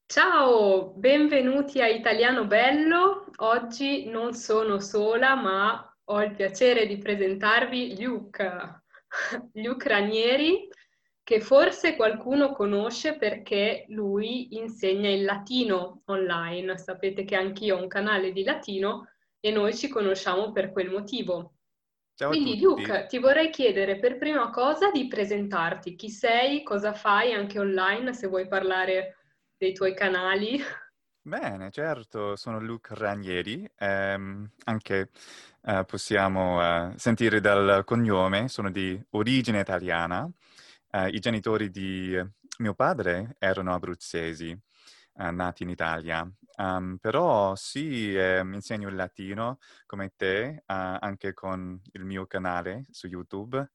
Ciao, benvenuti a Italiano Bello. Oggi non sono sola, ma ho il piacere di presentarvi Luke, Luke Ranieri, che forse qualcuno conosce perché lui insegna il latino online. Sapete che anch'io ho un canale di latino e noi ci conosciamo per quel motivo. Ciao a Quindi, tutti. Luke, ti vorrei chiedere per prima cosa di presentarti. Chi sei, cosa fai anche online, se vuoi parlare dei tuoi canali. Bene, certo, sono Luke Ranieri. Anche possiamo sentire dal cognome, sono di origine italiana. I genitori di mio padre erano abruzzesi, nati in Italia. Però sì, insegno il latino come te, anche con il mio canale su YouTube.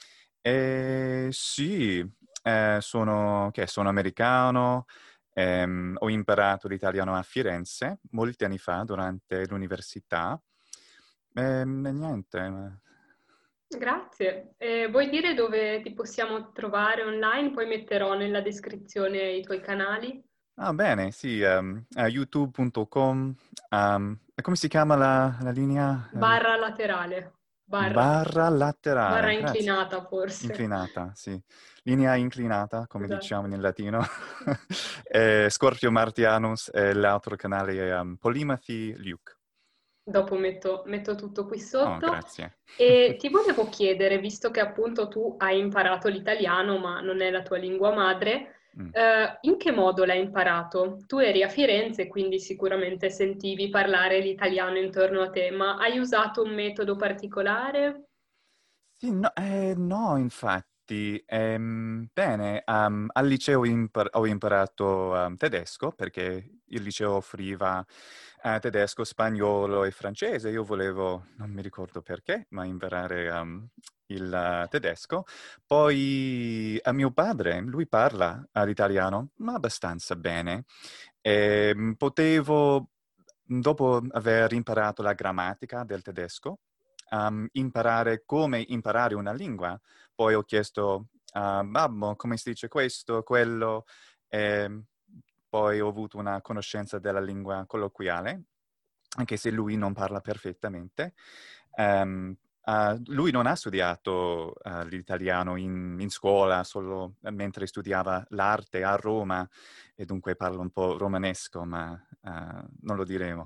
E sì, sono americano. Ho imparato l'italiano a Firenze molti anni fa, durante l'università. E niente. Grazie. Vuoi dire dove ti possiamo trovare online? Poi metterò nella descrizione i tuoi canali. Bene, sì, youtube.com. E come si chiama la linea? Barra laterale. Barra Barra laterale, grazie. inclinata forse. Inclinata, sì. Linea inclinata, come diciamo Esatto. in latino. Scorpio Martianus e l'altro canale è Polymathy Luke. Dopo metto tutto qui Oh, sotto. grazie. E ti volevo chiedere, visto che appunto tu hai imparato l'italiano, ma non è la tua lingua madre, Mm. in che modo l'hai imparato? Tu eri a Firenze, quindi sicuramente sentivi parlare l'italiano intorno a te, ma hai usato un metodo particolare? Sì, no, no, infatti. Bene, al liceo ho imparato tedesco perché il liceo offriva tedesco, spagnolo e francese. Io volevo, non mi ricordo perché, ma imparare il tedesco. Poi a mio padre, lui parla l'italiano, ma abbastanza bene. Potevo, dopo aver imparato la grammatica del tedesco, imparare come imparare una lingua. Poi ho chiesto a babbo come si dice questo, quello, e poi ho avuto una conoscenza della lingua colloquiale, anche se lui non parla perfettamente. Ehm, Lui non ha studiato l'italiano in scuola, solo mentre studiava l'arte a Roma, e dunque parla un po' romanesco, ma non lo diremo.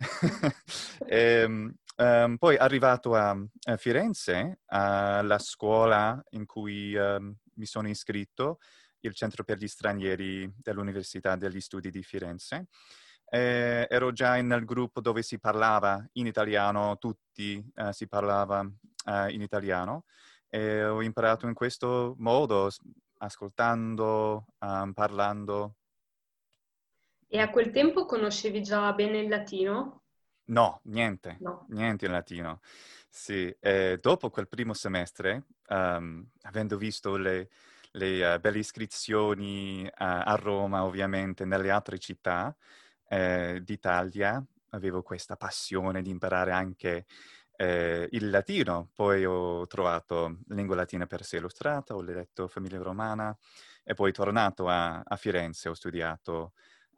Poi arrivato a Firenze, alla scuola in cui mi sono iscritto, il Centro per gli Stranieri dell'Università degli Studi di Firenze. Ero già nel gruppo dove si parlava in italiano, tutti si parlava in italiano, e ho imparato in questo modo, ascoltando, parlando. E a quel tempo conoscevi già bene il latino? No, niente, No. niente in latino. Sì, e dopo quel primo semestre, avendo visto le belle iscrizioni a Roma, ovviamente, nelle altre città d'Italia, avevo questa passione di imparare anche il latino. Poi ho trovato Lingua Latina per sé illustrata, ho letto Famiglia Romana e poi tornato a Firenze, ho studiato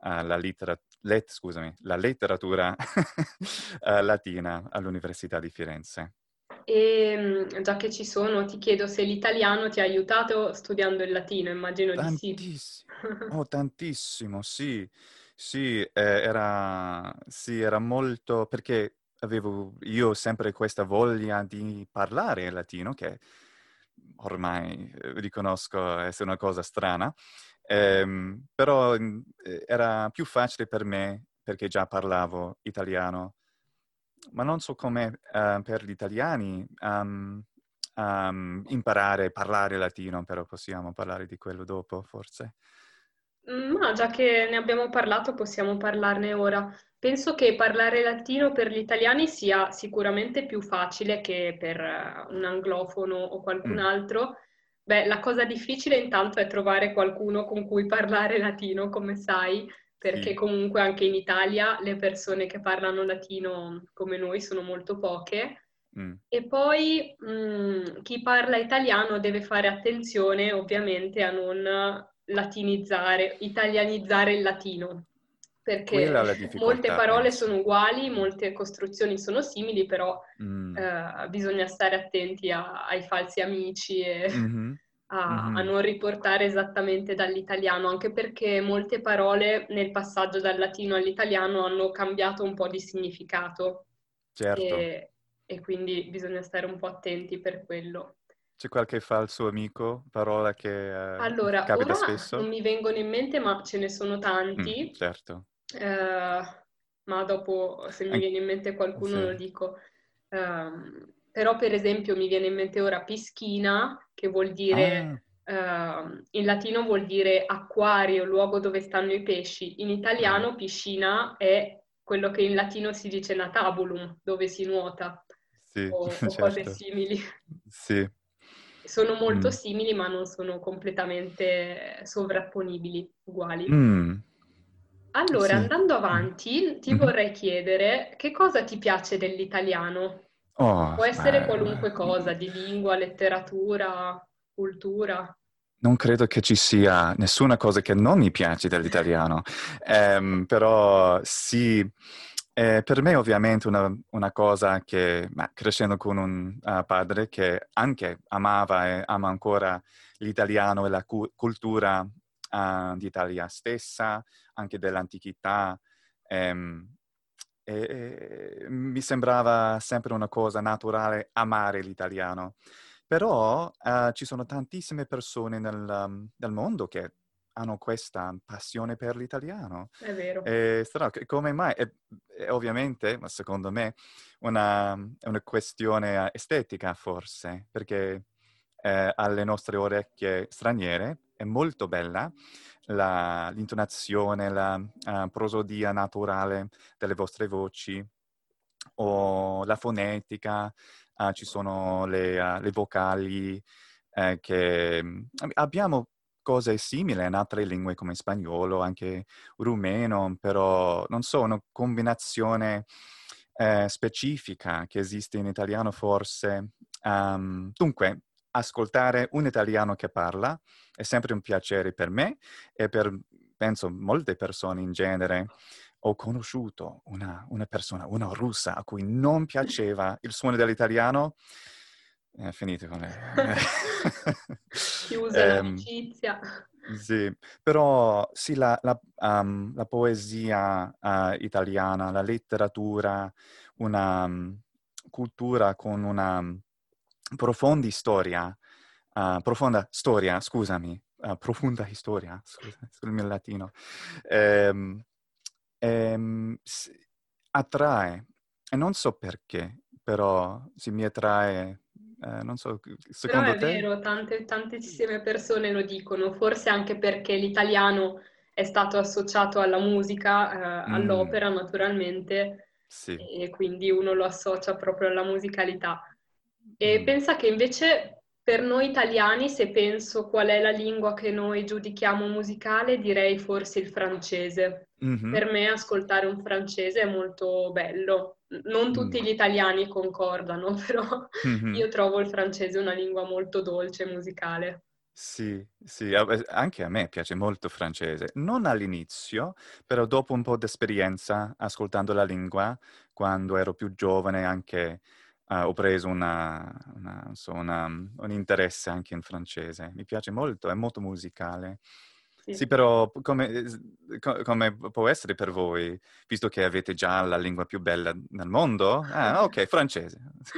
la letteratura latina all'Università di Firenze. E già che ci sono, ti chiedo se l'italiano ti ha aiutato studiando il latino, immagino di sì. Tantissimo, oh, tantissimo, sì, sì, sì, era molto, perché avevo io sempre questa voglia di parlare in latino, che ormai riconosco essere una cosa strana. Però era più facile per me perché già parlavo italiano, ma non so come per gli italiani imparare a parlare latino, però possiamo parlare di quello dopo, forse. Ma già che ne abbiamo parlato, possiamo parlarne ora. Penso che parlare latino per gli italiani sia sicuramente più facile che per un anglofono o qualcun Mm, altro. Beh, la cosa difficile intanto è trovare qualcuno con cui parlare latino, come sai, perché sì. comunque anche in Italia le persone che parlano latino come noi sono molto poche. Mm, E poi chi parla italiano deve fare attenzione ovviamente a non latinizzare, italianizzare il latino, Quella è perché la molte difficoltà, parole penso. sono uguali, molte costruzioni sono simili, però Mm. bisogna stare attenti ai falsi amici e Mhm. a Mhm. non riportare esattamente dall'italiano, anche perché molte parole nel passaggio dal latino all'italiano hanno cambiato un po' di significato Certo. e quindi bisogna stare un po' attenti per quello. C'è qualche falso amico, parola che Allora, capita ora non spesso? mi vengono in mente, ma ce ne sono tanti, Certo. ma dopo se mi An- viene in mente qualcuno sì. lo dico. Però per esempio mi viene in mente ora pischina, che vuol Ah, dire, in latino vuol dire acquario, luogo dove stanno i pesci. In mm, italiano piscina è quello che in latino si dice natabulum, dove si nuota, sì, o cose certo. simili. Sì. Sono molto Mm. simili, ma non sono completamente sovrapponibili, uguali. Mm. Allora, Sì. andando Mhm. avanti, ti Mhm. vorrei chiedere che cosa ti piace dell'italiano? Oh, Può essere qualunque cosa, di lingua, letteratura, cultura. non credo che ci sia nessuna cosa che non mi piace dell'italiano. Però sì, per me ovviamente una cosa che, ma crescendo con un padre che anche amava e ama ancora l'italiano e la cultura d'Italia stessa, anche dell'antichità, ehm, e mi sembrava sempre una cosa naturale amare l'italiano. Però ci sono tantissime persone nel mondo che hanno questa passione per l'italiano. È vero. E strano, come mai? È ovviamente, ma secondo me, è una questione estetica forse, perché alle nostre orecchie straniere è molto bella l'intonazione, la prosodia naturale delle vostre voci o la fonetica, ci sono le vocali che abbiamo cose simili in altre lingue come spagnolo, anche rumeno, però non so, una combinazione specifica che esiste in italiano forse. Dunque, ascoltare un italiano che parla è sempre un piacere per me e per, penso, molte persone in genere. Ho conosciuto una persona, una russa, a cui non piaceva il suono dell'italiano. Finite con lei. Chiusa Ehm, l'amicizia. sì, però sì, la poesia italiana, la letteratura, una cultura con una profonda storia, scusami, profonda storia, scusa, sul mio latino, ehm, s- attrae, e non so perché, però sì, mi attrae, non so, Però secondo è te? vero, tantissime persone lo dicono, forse anche perché l'italiano è stato associato alla musica, Mm, all'opera naturalmente, sì. e quindi uno lo associa proprio alla musicalità. E Mm. pensa che invece per noi italiani, se penso qual è la lingua che noi giudichiamo musicale, direi forse il francese. Mhm. Per me ascoltare un francese è molto bello. Non tutti Mm. gli italiani concordano, però Mhm. io trovo il francese una lingua molto dolce e musicale. Sì, sì, anche a me piace molto il francese. Non all'inizio, però dopo un po' di esperienza ascoltando la lingua, quando ero più giovane, anche ho preso non so, un interesse anche in francese. Mi piace molto, è molto musicale. Sì. Sì, però come può essere per voi, visto che avete già la lingua più bella nel mondo? Ah, ok, francese.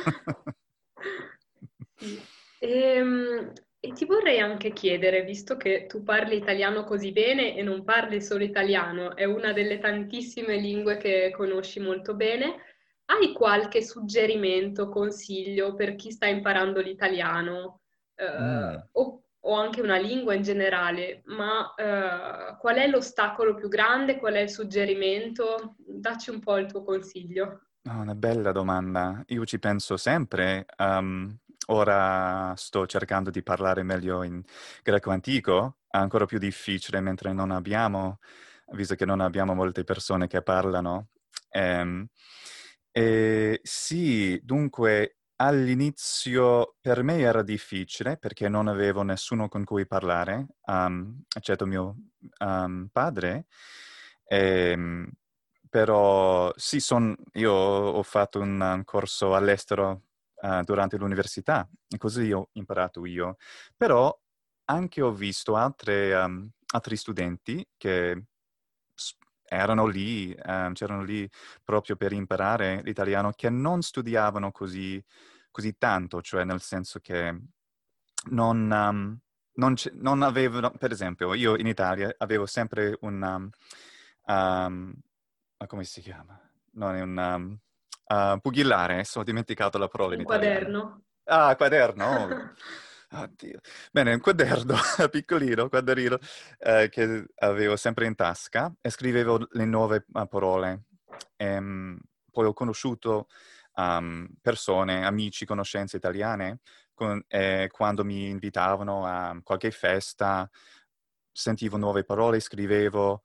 Sì. E ti vorrei anche chiedere, visto che tu parli italiano così bene e non parli solo italiano, è una delle tantissime lingue che conosci molto bene, hai qualche suggerimento, consiglio per chi sta imparando l'italiano, Mm. o anche una lingua in generale, ma qual è l'ostacolo più grande? Qual è il suggerimento? Dacci un po' il tuo consiglio. Ah, una bella domanda. Io ci penso sempre. Ora sto cercando di parlare meglio in greco antico, è ancora più difficile mentre non abbiamo, visto che non abbiamo molte persone che parlano. Ehm, e sì, dunque, all'inizio per me era difficile perché non avevo nessuno con cui parlare, eccetto mio padre. Ehm, Però sì, io ho fatto un corso all'estero durante l'università e così ho imparato io. Però anche ho visto altri studenti che c'erano lì proprio per imparare l'italiano, che non studiavano così tanto, cioè nel senso che non avevano, per esempio, io in Italia avevo sempre come si chiama? Non è pugilare, ho dimenticato la parola in Un italiano. quaderno. Ah, quaderno, oh. Oddio. Bene, un quaderno piccolino, quadernino, che avevo sempre in tasca e scrivevo le nuove parole. Poi ho conosciuto persone, amici, conoscenze italiane quando mi invitavano a qualche festa, sentivo nuove parole, scrivevo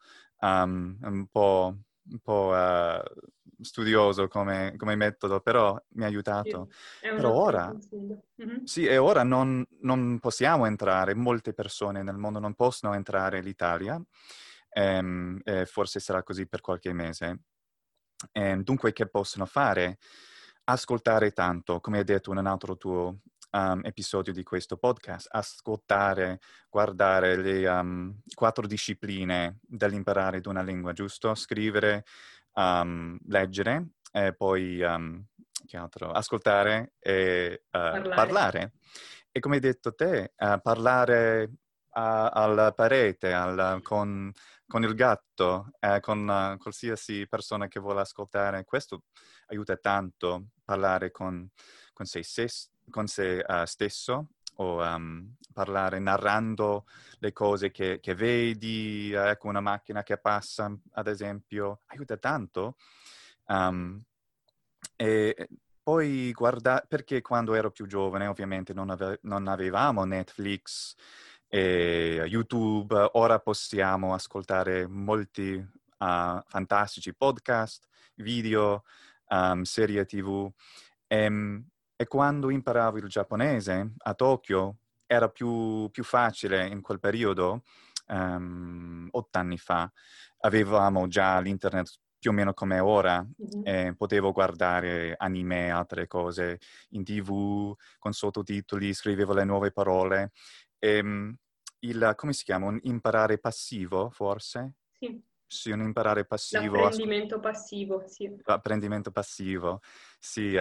un po' studioso come metodo, però mi ha Sì, aiutato. è un Però ottimo ora, consiglio. Mhm. sì, e ora non possiamo entrare, molte persone nel mondo non possono entrare in Italia, e forse sarà così per qualche mese. Dunque, che possono fare? Ascoltare tanto, come hai detto in un altro tuo episodio di questo podcast, ascoltare, guardare le 4 discipline dell'imparare di una lingua, giusto? Scrivere, leggere e poi che altro? Ascoltare e Parlare. parlare. E come hai detto te, parlare alla parete, con il gatto, con qualsiasi persona che vuole ascoltare. Questo aiuta tanto a parlare con con se stesso o parlare narrando le cose che vedi, ecco una macchina che passa, ad esempio, aiuta tanto. Um, e poi perché quando ero più giovane ovviamente non avevamo Netflix e YouTube, ora possiamo ascoltare molti fantastici podcast, video, serie TV. E quando imparavo il giapponese a Tokyo era più facile in quel periodo, 8 anni fa. Avevamo già l'internet più o meno come ora, Mhm. potevo guardare anime e altre cose in TV con sottotitoli, scrivevo le nuove parole. Ehm, come si chiama? Un imparare passivo, forse? Sì, Sì, un imparare passivo, l'apprendimento passivo, sì. apprendimento passivo. Sì,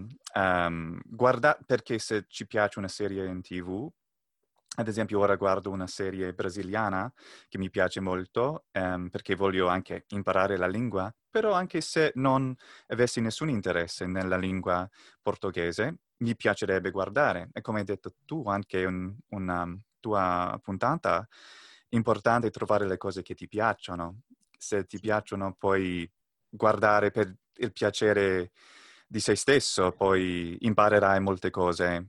perché se ci piace una serie in TV, ad esempio ora guardo una serie brasiliana che mi piace molto, perché voglio anche imparare la lingua, però anche se non avessi nessun interesse nella lingua portoghese, mi piacerebbe guardare. E come hai detto tu, anche una tua puntata, importante trovare le cose che ti piacciono. Se ti Sì. piacciono, puoi guardare per il piacere di se stesso, poi imparerai molte cose.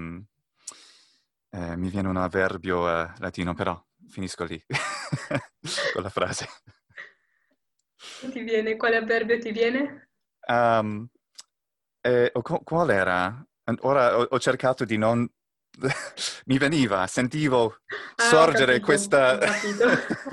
Mi viene un avverbio latino, però finisco lì con la frase. Ti viene, quale avverbio ti viene? Um, qual era? Ora ho cercato di non... Mi veniva, sentivo Ah, ho sorgere capito, questa... ho capito.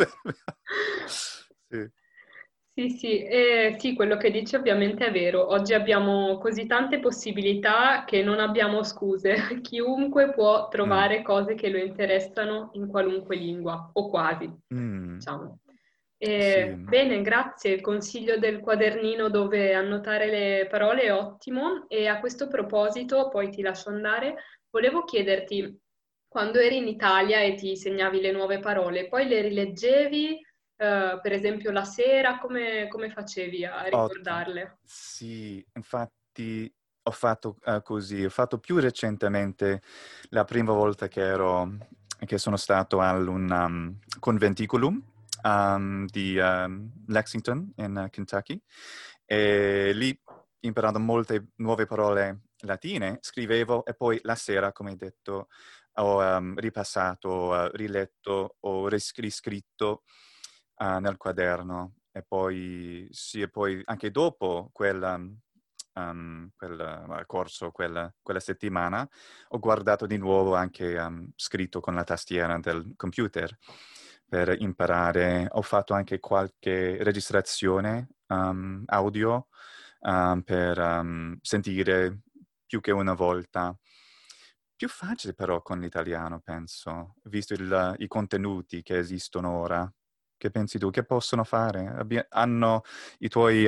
Sì. Sì, sì, sì, quello che dici ovviamente è vero. Oggi abbiamo così tante possibilità che non abbiamo scuse. Chiunque può Mm. trovare cose che lo interessano in qualunque lingua, o quasi, Mm. diciamo. Sì. Bene, grazie. Il consiglio del quadernino dove annotare le parole è ottimo. E a questo proposito, poi ti lascio andare, volevo chiederti, quando eri in Italia e ti segnavi le nuove parole, poi le rileggevi? Per esempio la sera, come facevi a Ottimo. ricordarle? Sì, infatti ho fatto così. Ho fatto più recentemente la prima volta che sono stato un conventiculum di Lexington in Kentucky, e lì imparando molte nuove parole latine, scrivevo e poi la sera, come hai detto, ho ripassato, riletto, ho riscritto nel quaderno. E poi, sì, e poi anche dopo quel corso quella settimana, ho guardato di nuovo anche scritto con la tastiera del computer per imparare. Ho fatto anche qualche registrazione audio per sentire più che una volta. Più facile però con l'italiano, penso, visto i contenuti che esistono ora. Che pensi tu? Che possono fare? Hanno i tuoi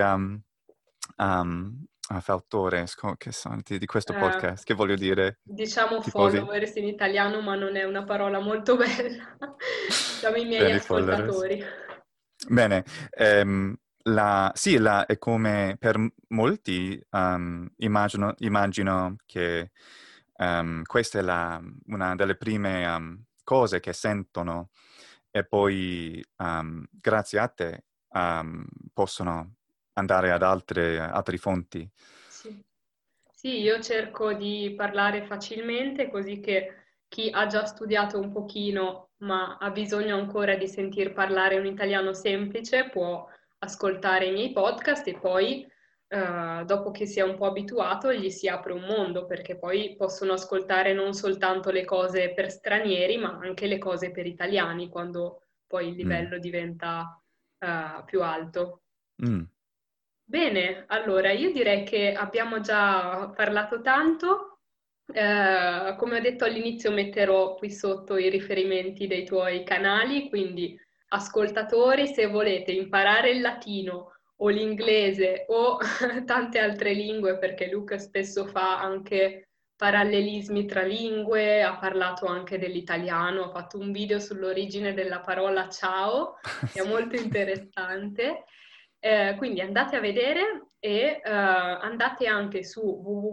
fautores, che sono di questo Eh, podcast, che voglio dire, diciamo tifosi? followers in italiano, ma non è una parola molto bella. Diciamo i miei Bene, i followers. ascoltatori. Bene, sì, è come per molti, immagino che questa è una delle prime cose che sentono e poi grazie a te possono andare ad altre fonti. Sì. Sì, io cerco di parlare facilmente così che chi ha già studiato un pochino ma ha bisogno ancora di sentir parlare un italiano semplice può ascoltare i miei podcast e poi dopo che si è un po' abituato gli si apre un mondo perché poi possono ascoltare non soltanto le cose per stranieri ma anche le cose per italiani quando poi il Mm. livello diventa più alto. Mm. Bene, allora io direi che abbiamo già parlato tanto. Come ho detto all'inizio, metterò qui sotto i riferimenti dei tuoi canali, quindi ascoltatori, se volete imparare il latino o l'inglese o tante altre lingue, perché Luca spesso fa anche parallelismi tra lingue, ha parlato anche dell'italiano, ha fatto un video sull'origine della parola ciao, che è molto interessante. Quindi andate a vedere e andate anche su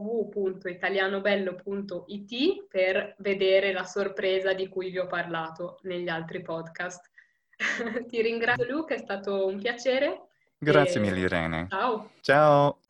www.italianobello.it per vedere la sorpresa di cui vi ho parlato negli altri podcast. Ti ringrazio Luca, è stato un piacere Grazie mille, e Irene. ciao! Ciao!